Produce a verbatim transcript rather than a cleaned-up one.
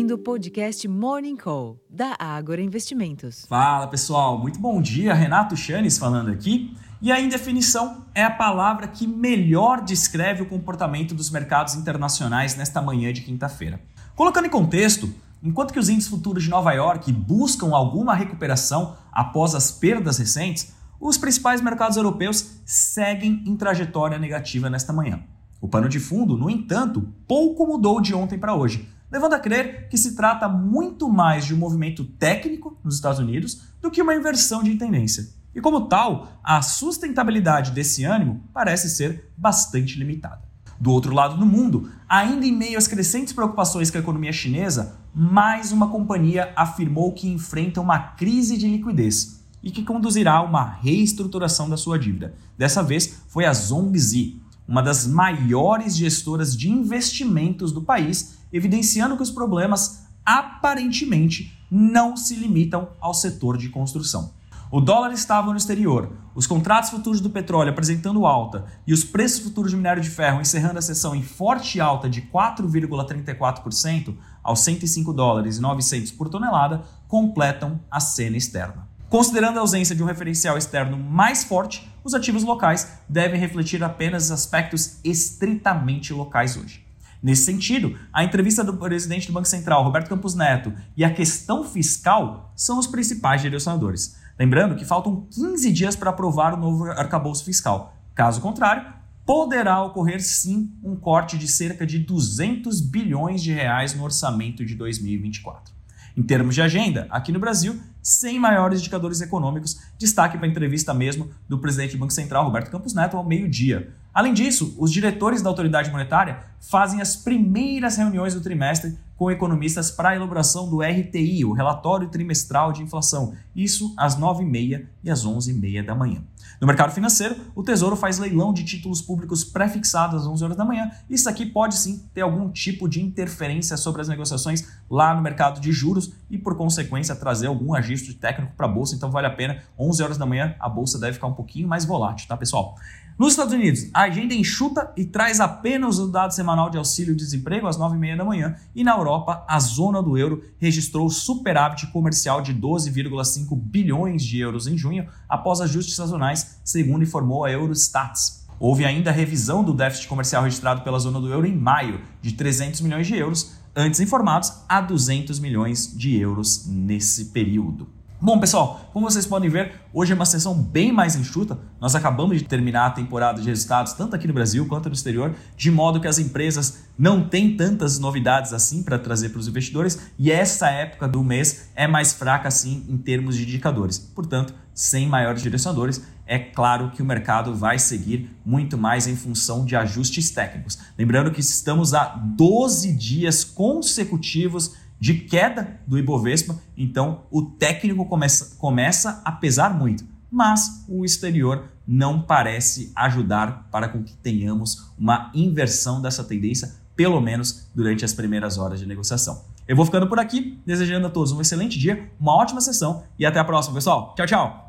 ouvindo o podcast Morning Call, da Ágora Investimentos. Fala pessoal, muito bom dia, Renato Chanes falando aqui. E a indefinição é a palavra que melhor descreve o comportamento dos mercados internacionais nesta manhã de quinta-feira. Colocando em contexto, enquanto que os índices futuros de Nova York buscam alguma recuperação após as perdas recentes, os principais mercados europeus seguem em trajetória negativa nesta manhã. O pano de fundo, no entanto, pouco mudou de ontem para hoje, levando a crer que se trata muito mais de um movimento técnico nos Estados Unidos do que uma inversão de tendência. E como tal, a sustentabilidade desse ânimo parece ser bastante limitada. Do outro lado do mundo, ainda em meio às crescentes preocupações com a economia chinesa, mais uma companhia afirmou que enfrenta uma crise de liquidez e que conduzirá a uma reestruturação da sua dívida. Dessa vez foi a Zhongzi, uma das maiores gestoras de investimentos do país, evidenciando que os problemas aparentemente não se limitam ao setor de construção. O dólar estava no exterior, os contratos futuros do petróleo apresentando alta e os preços futuros de minério de ferro encerrando a sessão em forte alta de quatro vírgula trinta e quatro por cento aos cento e cinco dólares e nove centavos por tonelada, completam a cena externa. Considerando a ausência de um referencial externo mais forte, os ativos locais devem refletir apenas aspectos estritamente locais hoje. Nesse sentido, a entrevista do presidente do Banco Central, Roberto Campos Neto, e a questão fiscal são os principais direcionadores. Lembrando que faltam quinze dias para aprovar o novo arcabouço fiscal. Caso contrário, poderá ocorrer sim um corte de cerca de duzentos bilhões de reais no orçamento de dois mil e vinte e quatro. Em termos de agenda, aqui no Brasil, sem maiores indicadores econômicos, destaque para a entrevista mesmo do presidente do Banco Central, Roberto Campos Neto, ao meio-dia. Além disso, os diretores da autoridade monetária fazem as primeiras reuniões do trimestre com economistas para a elaboração do R T I, o Relatório Trimestral de Inflação, isso às nove e meia e às onze e meia da manhã. No mercado financeiro, o Tesouro faz leilão de títulos públicos pré-fixados às onze horas da manhã. Isso aqui pode sim ter algum tipo de interferência sobre as negociações lá no mercado de juros e, por consequência, trazer algum ajuste técnico para a Bolsa. Então vale a pena, onze horas da manhã, a Bolsa deve ficar um pouquinho mais volátil, tá pessoal? Nos Estados Unidos, a agenda enxuta e traz apenas o dado semanal de auxílio-desemprego às nove e meia da manhã. E na Europa, a zona do euro registrou superávit comercial de doze vírgula cinco bilhões de euros em junho, após ajustes sazonais, segundo informou a Eurostat. Houve ainda a revisão do déficit comercial registrado pela zona do euro em maio, de trezentos milhões de euros, antes informados a duzentos milhões de euros nesse período. Bom, pessoal, como vocês podem ver, hoje é uma sessão bem mais enxuta. Nós acabamos de terminar a temporada de resultados, tanto aqui no Brasil quanto no exterior, de modo que as empresas não têm tantas novidades assim para trazer para os investidores e essa época do mês é mais fraca assim em termos de indicadores. Portanto, sem maiores direcionadores, é claro que o mercado vai seguir muito mais em função de ajustes técnicos. Lembrando que estamos há doze dias consecutivos de queda do Ibovespa, então o técnico começa, começa a pesar muito, mas o exterior não parece ajudar para com que tenhamos uma inversão dessa tendência, pelo menos durante as primeiras horas de negociação. Eu vou ficando por aqui, desejando a todos um excelente dia, uma ótima sessão e até a próxima, pessoal. Tchau, tchau!